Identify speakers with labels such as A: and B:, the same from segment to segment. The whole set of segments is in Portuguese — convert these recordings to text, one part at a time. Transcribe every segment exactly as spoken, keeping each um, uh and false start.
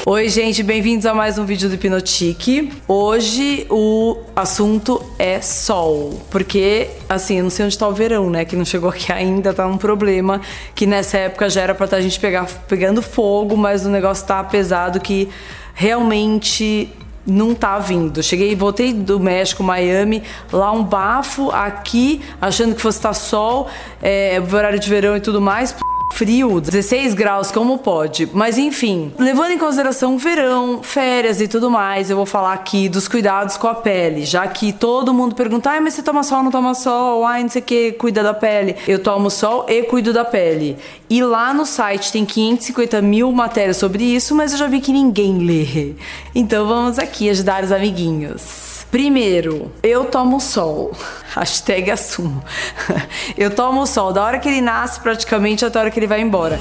A: Oi, gente, bem-vindos a mais um vídeo do Hipnotique. Hoje o assunto é sol, porque, assim, eu não sei onde tá o verão, né, que não chegou aqui ainda, tá um problema, que nessa época já era pra tá a gente pegar, pegando fogo, mas o negócio tá pesado que realmente não tá vindo. Cheguei, voltei do México, Miami, lá um bafo, aqui, achando que fosse estar sol, é, horário de verão e tudo mais, frio, dezesseis graus, como pode? Mas enfim, levando em consideração o verão, férias e tudo mais, eu vou falar aqui dos cuidados com a pele, já que todo mundo pergunta, ai, mas você toma sol, não toma sol, ai, não sei o que, cuida da pele. Eu tomo sol e cuido da pele. E lá no site tem quinhentas e cinquenta mil matérias sobre isso, mas eu já vi que ninguém lê. Então vamos aqui ajudar os amiguinhos. Primeiro, eu tomo sol. Hashtag assumo. Eu tomo sol da hora que ele nasce praticamente até a hora que ele vai embora.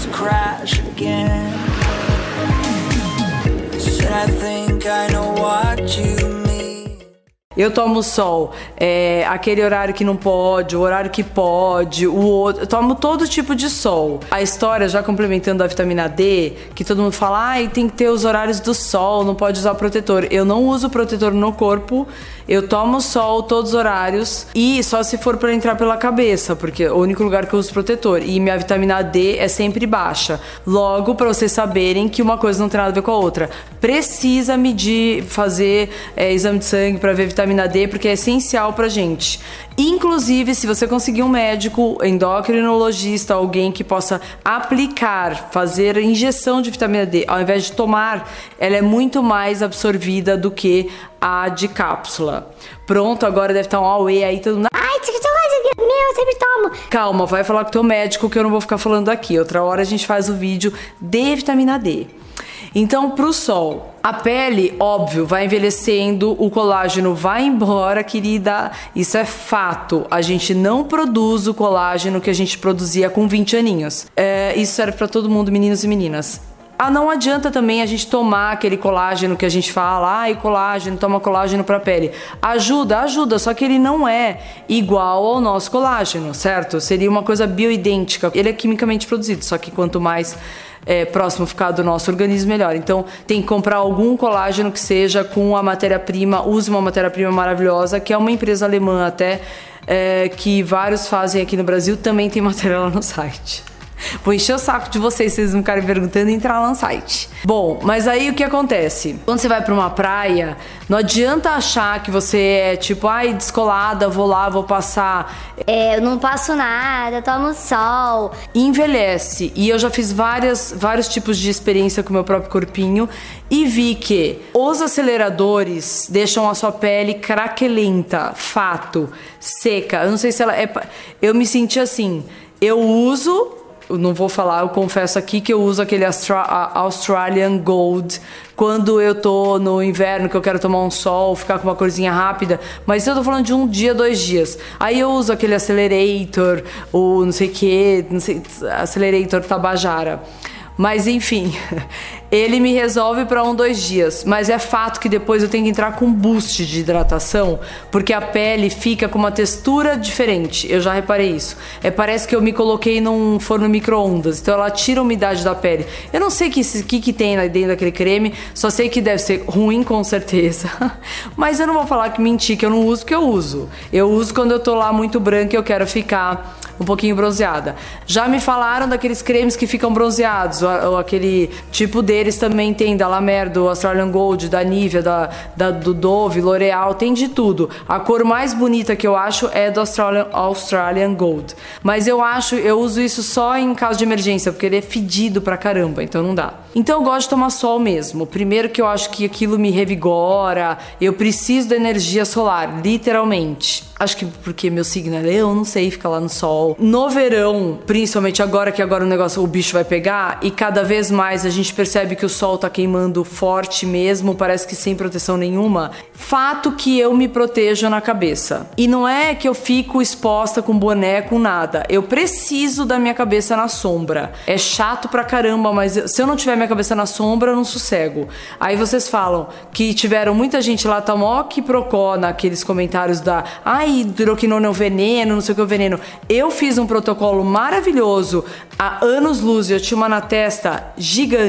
A: Eu tomo sol, é, aquele horário que não pode, o horário que pode, o outro. Eu tomo todo tipo de sol. A história, já complementando a vitamina D, que todo mundo fala, ai, tem que ter os horários do sol, não pode usar protetor. Eu não uso protetor no corpo, eu tomo sol todos os horários e só se for para entrar pela cabeça, porque é o único lugar que eu uso protetor. E minha vitamina D é sempre baixa. Logo, para vocês saberem que uma coisa não tem nada a ver com a outra. Precisa medir, fazer é, exame de sangue para ver vitamina D, porque é essencial pra gente. Inclusive, se você conseguir um médico, endocrinologista, alguém que possa aplicar, fazer injeção de vitamina D, ao invés de tomar, ela é muito mais absorvida do que a de cápsula. Pronto, agora deve estar um auê aí, todo mundo... Ai, você meu, eu sempre tomo. Calma, vai falar com o teu médico que eu não vou ficar falando aqui. Outra hora a gente faz o vídeo de vitamina D. Então, pro sol, a pele, óbvio, vai envelhecendo, o colágeno vai embora, querida. Isso é fato. A gente não produz o colágeno que a gente produzia com vinte aninhos. É, isso serve pra todo mundo, meninos e meninas. Ah, não adianta também a gente tomar aquele colágeno que a gente fala, ai, colágeno, toma colágeno pra pele. Ajuda, ajuda, só que ele não é igual ao nosso colágeno, certo? Seria uma coisa bioidêntica. Ele é quimicamente produzido, só que quanto mais é, próximo ficar do nosso organismo, melhor. Então, tem que comprar algum colágeno que seja com a matéria-prima, use uma matéria-prima maravilhosa, que é uma empresa alemã até, é, que vários fazem aqui no Brasil, também tem matéria lá no site. Vou encher o saco de vocês, vocês não ficarem perguntando e entrar lá no site. Bom, mas aí o que acontece? Quando você vai pra uma praia, não adianta achar que você é tipo, ai, descolada, vou lá, vou passar.
B: É, eu não passo nada, tomo sol.
A: Envelhece. E eu já fiz várias, vários tipos de experiência com o meu próprio corpinho e vi que os aceleradores deixam a sua pele craquelenta, fato, seca. Eu não sei se ela é... Eu me senti assim, eu uso... Eu não vou falar, eu confesso aqui que eu uso aquele Austra- Australian Gold quando eu tô no inverno, que eu quero tomar um sol, ficar com uma corzinha rápida, mas eu tô falando de um dia, dois dias. Aí eu uso aquele Accelerator, o não sei o que, não sei, Accelerator Tabajara. Mas enfim, ele me resolve para um, dois dias. Mas é fato que depois eu tenho que entrar com boost de hidratação, porque a pele fica com uma textura diferente. Eu já reparei isso. É, parece que eu me coloquei num forno micro-ondas, então ela tira a umidade da pele. Eu não sei o que, que, que tem lá dentro daquele creme, só sei que deve ser ruim com certeza. Mas eu não vou falar que mentir, que eu não uso, porque eu uso. Eu uso quando eu tô lá muito branca e eu quero ficar um pouquinho bronzeada. Já me falaram daqueles cremes que ficam bronzeados, ou aquele tipo deles também tem, da La Mer, do Australian Gold, da Nivea, da, da, do Dove, L'Oreal, tem de tudo. A cor mais bonita que eu acho é do Australian, Australian Gold. Mas eu acho, eu uso isso só em caso de emergência, porque ele é fedido pra caramba, então não dá. Então eu gosto de tomar sol mesmo. Primeiro que eu acho que aquilo me revigora, eu preciso da energia solar, literalmente. Acho que porque meu signo é leão, não sei, fica lá no sol. No verão, principalmente agora que agora o negócio, o bicho vai pegar, e cada vez mais a gente percebe que o sol tá queimando forte mesmo, parece que sem proteção nenhuma. Fato que eu me protejo na cabeça. E não é que eu fico exposta com boné, com nada. Eu preciso da minha cabeça na sombra. É chato pra caramba, mas se eu não tiver minha cabeça na sombra, eu não sossego. Aí vocês falam que tiveram muita gente lá, tá mó que procó naqueles comentários da ai, hidroquinona é um veneno, não sei o que é o veneno. Eu fiz um protocolo maravilhoso há anos luz, eu tinha uma na testa gigante.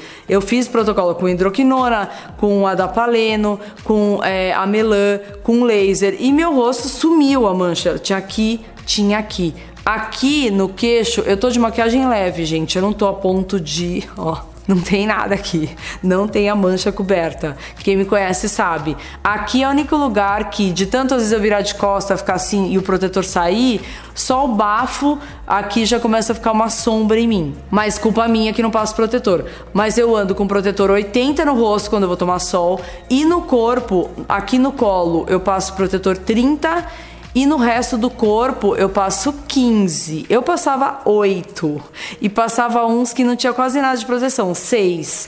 A: Eu fiz protocolo com hidroquinona, com adapaleno, com é, amelã, com laser. E meu rosto sumiu a mancha. Tinha aqui, tinha aqui. Aqui no queixo, eu tô de maquiagem leve, gente. Eu não tô a ponto de... ó, não tem nada aqui. Não tem a mancha coberta. Quem me conhece sabe. Aqui é o único lugar que, de tantas vezes eu virar de costa, ficar assim e o protetor sair, só o bafo aqui já começa a ficar uma sombra em mim. Mas culpa minha que não passo protetor. Mas eu ando com protetor oitenta no rosto quando eu vou tomar sol. E no corpo, aqui no colo, eu passo protetor trinta. E no resto do corpo eu passo quinze. Eu passava oito. E passava uns que não tinha quase nada de proteção, seis.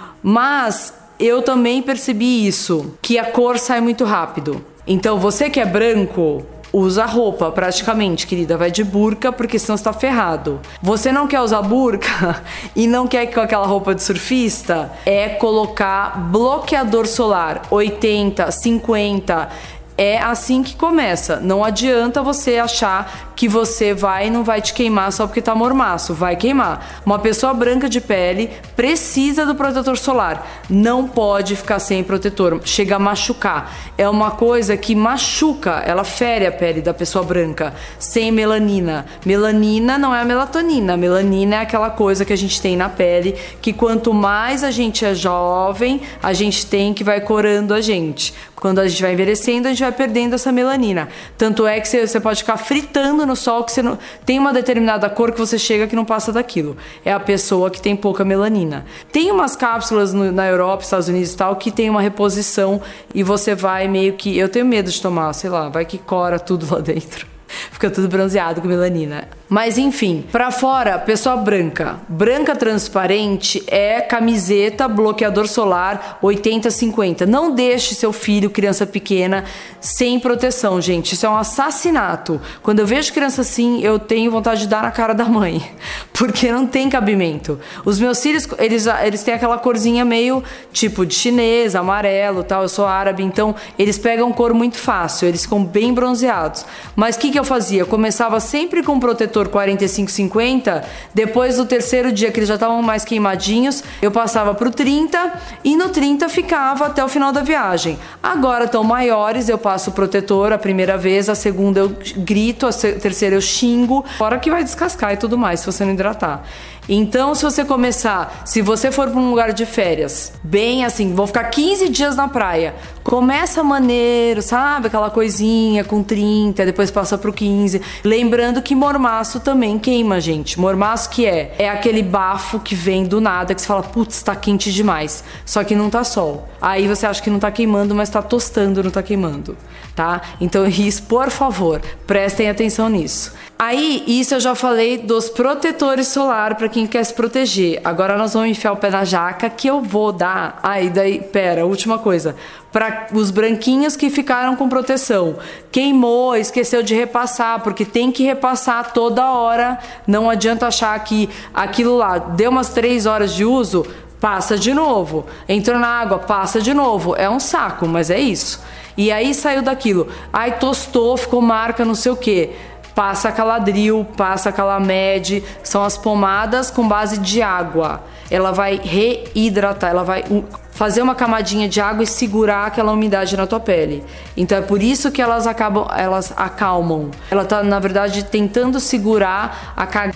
A: Mas eu também percebi isso, que a cor sai muito rápido. Então você que é branco, usa roupa praticamente, querida. Vai de burca, porque senão você tá ferrado. Você não quer usar burca e não quer ir com aquela roupa de surfista, é colocar bloqueador solar oitenta, cinquenta. É assim que começa. Não adianta você achar que você vai e não vai te queimar só porque tá mormaço. Vai queimar. Uma pessoa branca de pele precisa do protetor solar. Não pode ficar sem protetor. Chega a machucar. É uma coisa que machuca. Ela fere a pele da pessoa branca. Sem melanina. Melanina não é a melatonina. Melanina é aquela coisa que a gente tem na pele que quanto mais a gente é jovem, a gente tem que vai corando a gente. Quando a gente vai envelhecendo, a gente vai perdendo essa melanina. Tanto é que você pode ficar fritando no sol, que você não tem uma determinada cor que você chega que não passa daquilo. É a pessoa que tem pouca melanina. Tem umas cápsulas no, na Europa, Estados Unidos e tal, que tem uma reposição e você vai meio que... Eu tenho medo de tomar, sei lá, vai que cora tudo lá dentro. Fica tudo bronzeado com melanina. Mas enfim, pra fora, pessoa branca. Branca transparente é camiseta, bloqueador solar oitenta, cinquenta. Não deixe seu filho, criança pequena, sem proteção, gente. Isso é um assassinato. Quando eu vejo criança assim, eu tenho vontade de dar na cara da mãe. Porque não tem cabimento. Os meus filhos, eles, eles têm aquela corzinha meio tipo de chinês, amarelo, tal. Eu sou árabe, então eles pegam cor muito fácil. Eles ficam bem bronzeados. Mas o que, que eu fazia? Eu começava sempre com protetor quarenta e cinco, cinquenta, depois do terceiro dia que eles já estavam mais queimadinhos, eu passava pro trinta e no trinta ficava até o final da viagem. Agora estão maiores, eu passo o protetor a primeira vez, a segunda eu grito, a terceira eu xingo, fora que vai descascar e tudo mais se você não hidratar. Então, se você começar, se você for para um lugar de férias, bem assim, vou ficar quinze dias na praia, começa maneiro, sabe? Aquela coisinha com trinta, depois passa pro quinze. Lembrando que mormaço também queima, gente. Mormaço que é? É aquele bafo que vem do nada, que você fala, putz, tá quente demais. Só que não tá sol. Aí você acha que não tá queimando, mas tá tostando, não tá queimando, tá? Então, isso, por favor, prestem atenção nisso. Aí, isso eu já falei dos protetores solar para quem quer se proteger. Agora nós vamos enfiar o pé na jaca que eu vou dar. Aí, daí, pera, última coisa. Para os branquinhos que ficaram com proteção. Queimou, esqueceu de repassar, porque tem que repassar toda hora. Não adianta achar que aquilo lá deu umas três horas de uso, passa de novo. Entrou na água, passa de novo. É um saco, mas é isso. E aí saiu daquilo. Aí tostou, ficou marca, não sei o quê. Passa Caladril, passa Calamed, são as pomadas com base de água. Ela vai reidratar, ela vai fazer uma camadinha de água e segurar aquela umidade na tua pele. Então é por isso que elas acabam, elas acalmam. Ela tá, na verdade, tentando segurar a cag...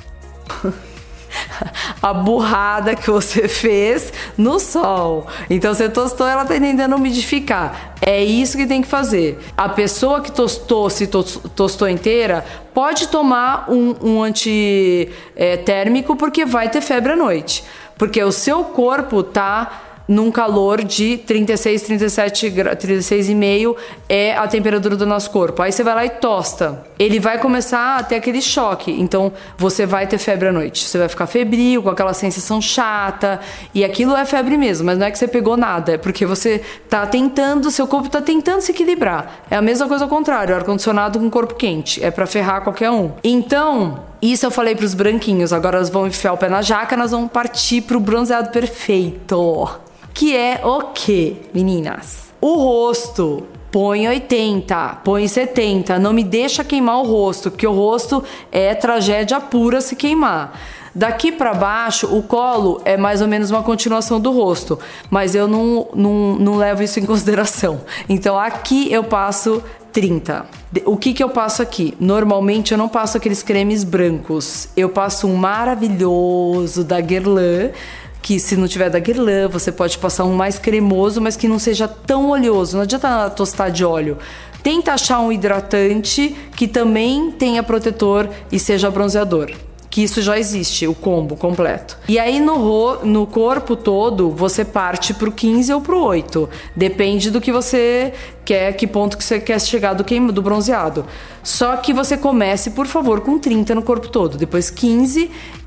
A: a burrada que você fez no sol. Então você tostou, ela tá tentando umidificar. É isso que tem que fazer. A pessoa que tostou, se tostou inteira, pode tomar um, um antitérmico, porque vai ter febre à noite. Porque o seu corpo tá num calor de trinta e seis, trinta e sete, trinta e seis e meio é a temperatura do nosso corpo. Aí você vai lá e tosta. Ele vai começar a ter aquele choque. Então você vai ter febre à noite. Você vai ficar febril, com aquela sensação chata. E aquilo é febre mesmo, mas não é que você pegou nada. É porque você tá tentando, seu corpo tá tentando se equilibrar. É a mesma coisa ao contrário, ar-condicionado com corpo quente. É pra ferrar qualquer um. Então, isso eu falei pros branquinhos. Agora nós vamos enfiar o pé na jaca, nós vamos partir pro bronzeado perfeito. Que é o quê, meninas? O rosto, põe oitenta, põe setenta. Não me deixa queimar o rosto, porque o rosto é tragédia pura se queimar. Daqui para baixo, o colo é mais ou menos uma continuação do rosto, mas eu não, não, não levo isso em consideração. Então aqui eu passo trinta. O que que eu passo aqui? Normalmente eu não passo aqueles cremes brancos. Eu passo um maravilhoso da Guerlain, que se não tiver da Guerlain, você pode passar um mais cremoso, mas que não seja tão oleoso. Não adianta tostar de óleo. Tenta achar um hidratante que também tenha protetor e seja bronzeador. Que isso já existe, o combo completo. E aí no, ro- no corpo todo, você parte pro quinze ou pro oito. Depende do que você quer, que ponto que você quer chegar do, queim- do bronzeado. Só que você comece, por favor, com trinta no corpo todo. Depois quinze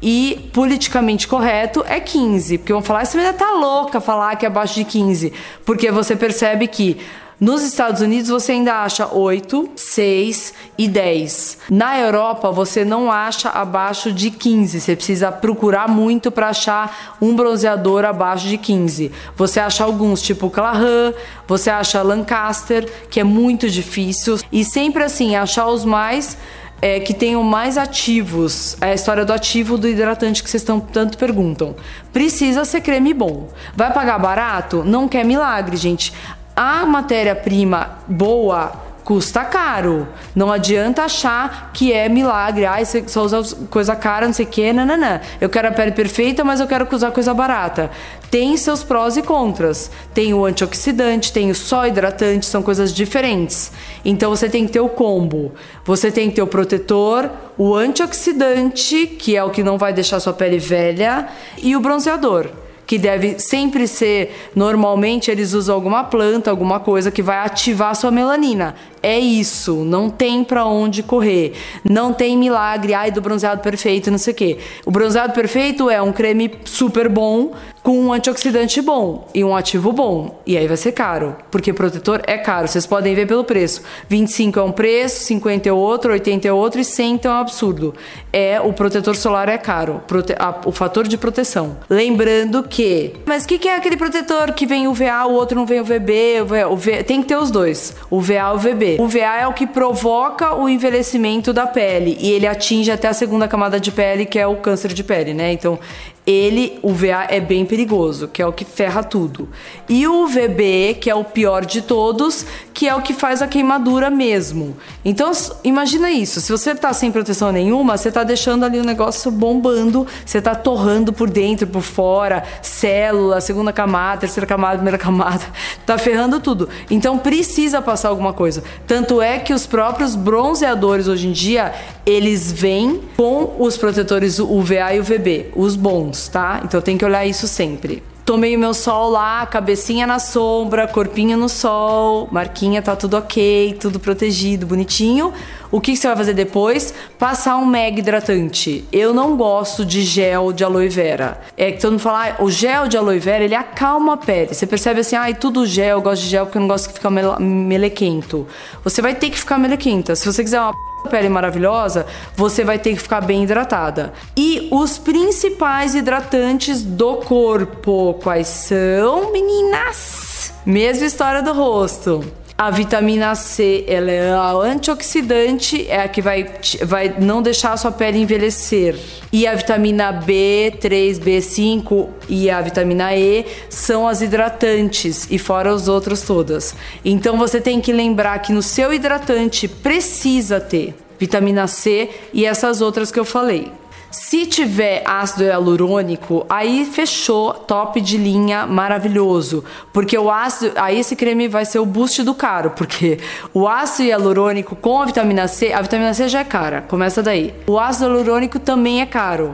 A: e politicamente correto é quinze. Porque vão falar, essa menina tá louca falar que é abaixo de quinze. Porque você percebe que nos Estados Unidos você ainda acha oito, seis e dez. Na Europa você não acha abaixo de quinze. Você precisa procurar muito para achar um bronzeador abaixo de quinze. Você acha alguns tipo Clarins, você acha Lancaster, que é muito difícil. E sempre assim, achar os mais... É, que tenham mais ativos. É a história do ativo do hidratante que vocês estão tanto perguntam. Precisa ser creme bom. Vai pagar barato? Não quer milagre, gente. A matéria-prima boa custa caro. Não adianta achar que é milagre. Ai, você só usa coisa cara, não sei o que, nananã. Eu quero a pele perfeita, mas eu quero usar coisa barata. Tem seus prós e contras. Tem o antioxidante, tem o só hidratante, são coisas diferentes. Então você tem que ter o combo. Você tem que ter o protetor, o antioxidante, que é o que não vai deixar sua pele velha, e o bronzeador, que deve sempre ser, normalmente eles usam alguma planta, alguma coisa que vai ativar a sua melanina. É isso, não tem pra onde correr. Não tem milagre, ai, do bronzeado perfeito, não sei o quê. O bronzeado perfeito é um creme super bom, com um antioxidante bom e um ativo bom. E aí vai ser caro, porque protetor é caro. Vocês podem ver pelo preço. vinte e cinco é um preço, cinquenta é outro, oitenta é outro e cem então é um absurdo. É, o protetor solar é caro, prote- a, o fator de proteção. Lembrando que... Mas o que, que é aquele protetor que vem U V A, o outro não vem U V B? O V, o V, tem que ter os dois, U V A e U V B. O U V A é o que provoca o envelhecimento da pele e ele atinge até a segunda camada de pele, que é o câncer de pele, né? Então... Ele, o U V A é bem perigoso, que é o que ferra tudo. E o U V B, que é o pior de todos, que é o que faz a queimadura mesmo. Então, imagina isso. Se você tá sem proteção nenhuma, você tá deixando ali o negócio bombando, você tá torrando por dentro, por fora, célula, segunda camada, terceira camada, primeira camada. Tá ferrando tudo. Então, precisa passar alguma coisa. Tanto é que os próprios bronzeadores, hoje em dia, eles vêm com os protetores U V A e U V B, os bons. Tá? Então tem que olhar isso sempre. Tomei o meu sol lá, cabecinha na sombra, corpinho no sol, marquinha, tá tudo ok, tudo protegido, bonitinho. O que você vai fazer depois? Passar um mega hidratante. Eu não gosto de gel de aloe vera. É que todo mundo fala, ah, o gel de aloe vera, ele acalma a pele. Você percebe assim, ah, tudo gel, eu gosto de gel porque eu não gosto que fica melequento. Você vai ter que ficar melequenta. Se você quiser uma pele maravilhosa, você vai ter que ficar bem hidratada. E os principais hidratantes do corpo, quais são, meninas? Mesma história do rosto. A vitamina C, ela é a antioxidante, é a que vai, vai não deixar a sua pele envelhecer. E a vitamina B três, B cinco e a vitamina E são as hidratantes, e fora os outros todas. Então você tem que lembrar que no seu hidratante precisa ter vitamina C e essas outras que eu falei. Se tiver ácido hialurônico, aí fechou, top de linha, maravilhoso. Porque o ácido, aí esse creme vai ser o boost do caro, porque o ácido hialurônico com a vitamina C, a vitamina C já é cara, começa daí. O ácido hialurônico também é caro.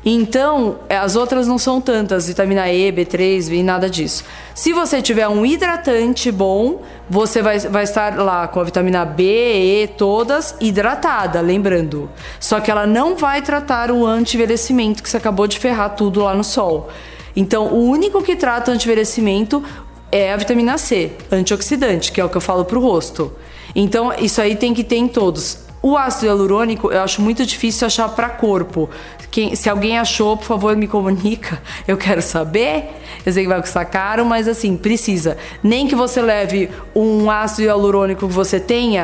A: Então, as outras não são tantas, vitamina E, B três, e nada disso. Se você tiver um hidratante bom, você vai, vai estar lá com a vitamina B, E, todas hidratada, lembrando. Só que ela não vai tratar o anti-envelhecimento, que você acabou de ferrar tudo lá no sol. Então, o único que trata o anti-envelhecimento é a vitamina C, antioxidante, que é o que eu falo pro rosto. Então, isso aí tem que ter em todos. O ácido hialurônico eu acho muito difícil achar para corpo. Quem, se alguém achou, por favor, me comunica. Eu quero saber. Eu sei que vai custar caro, mas assim, precisa. Nem que você leve um ácido hialurônico que você tenha,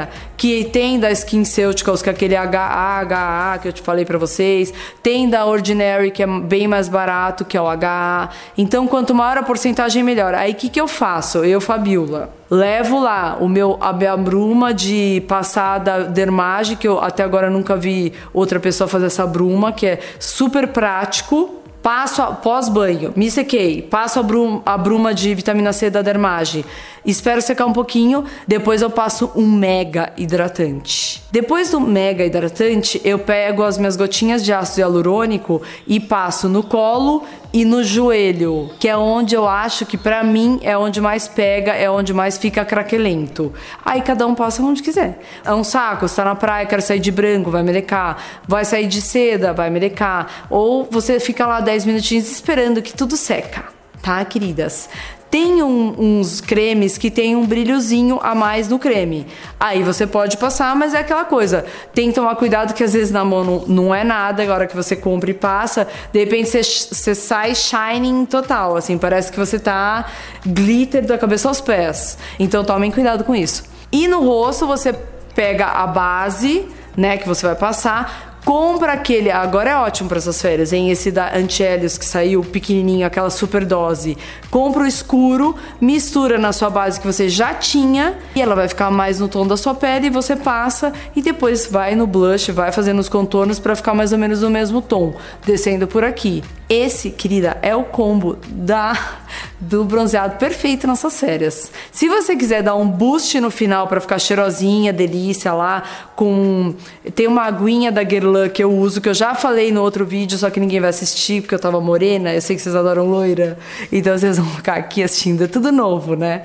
A: que tem da SkinCeuticals, que é aquele H A H A que eu te falei pra vocês, tem da Ordinary, que é bem mais barato, que é o H A. Então, quanto maior a porcentagem, melhor. Aí, o que que eu faço? Eu, Fabiola, levo lá o meu, a minha bruma de passar da Dermage, que eu até agora nunca vi outra pessoa fazer essa bruma, que é super prático. Passo a, pós-banho, me sequei, passo a bruma, a bruma de vitamina C da Dermage, espero secar um pouquinho, depois eu passo um mega hidratante. Depois do mega hidratante, eu pego as minhas gotinhas de ácido hialurônico e passo no colo e no joelho, que é onde eu acho que pra mim é onde mais pega, é onde mais fica craquelento. Aí cada um passa onde quiser. É um saco, você tá na praia, quer sair de branco, vai melecar. Vai sair de seda, vai melecar. Ou você fica lá dez minutinhos esperando que tudo seca, tá, queridas? Tem um, uns cremes que tem um brilhozinho a mais no creme. Aí você pode passar, mas é aquela coisa. Tem que tomar cuidado que às vezes na mão não, não é nada. Agora que você compra e passa, de repente você, você sai shining total. Assim, parece que você tá glitter da cabeça aos pés. Então tomem cuidado com isso. E no rosto você pega a base, né, que você vai passar. Compra aquele, agora é ótimo para essas férias, hein? Esse da Anti-Helios que saiu pequenininho, aquela super dose. Compra o escuro, mistura na sua base que você já tinha e ela vai ficar mais no tom da sua pele e você passa e depois vai no blush, vai fazendo os contornos para ficar mais ou menos no mesmo tom, descendo por aqui. Esse, querida, é o combo da, do bronzeado perfeito nessas férias. Se você quiser dar um boost no final para ficar cheirosinha, delícia lá, com... Tem uma aguinha da Guerlain que eu uso, que eu já falei no outro vídeo, só que ninguém vai assistir porque eu tava morena. Eu sei que vocês adoram loira, então vocês vão ficar aqui assistindo. É tudo novo, né?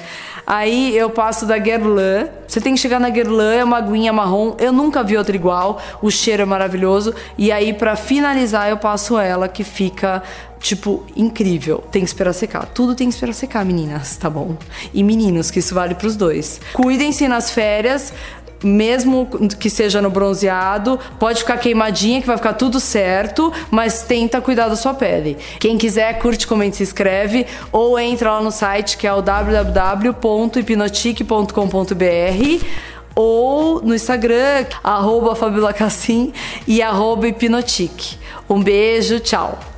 A: Aí eu passo da Guerlain. Você tem que chegar na Guerlain, é uma aguinha marrom. Eu nunca vi outra igual. O cheiro é maravilhoso. E aí, pra finalizar, eu passo ela, que fica, tipo, incrível. Tem que esperar secar. Tudo tem que esperar secar, meninas, tá bom? E meninos, que isso vale pros dois. Cuidem-se nas férias. Mesmo que seja no bronzeado, pode ficar queimadinha que vai ficar tudo certo, mas tenta cuidar da sua pele. Quem quiser, curte, comente, se inscreve ou entra lá no site que é o w w w ponto hipnotique ponto com ponto b r ou no Instagram, arroba Fabiola Cassim e arroba Hipnotique. Um beijo, tchau!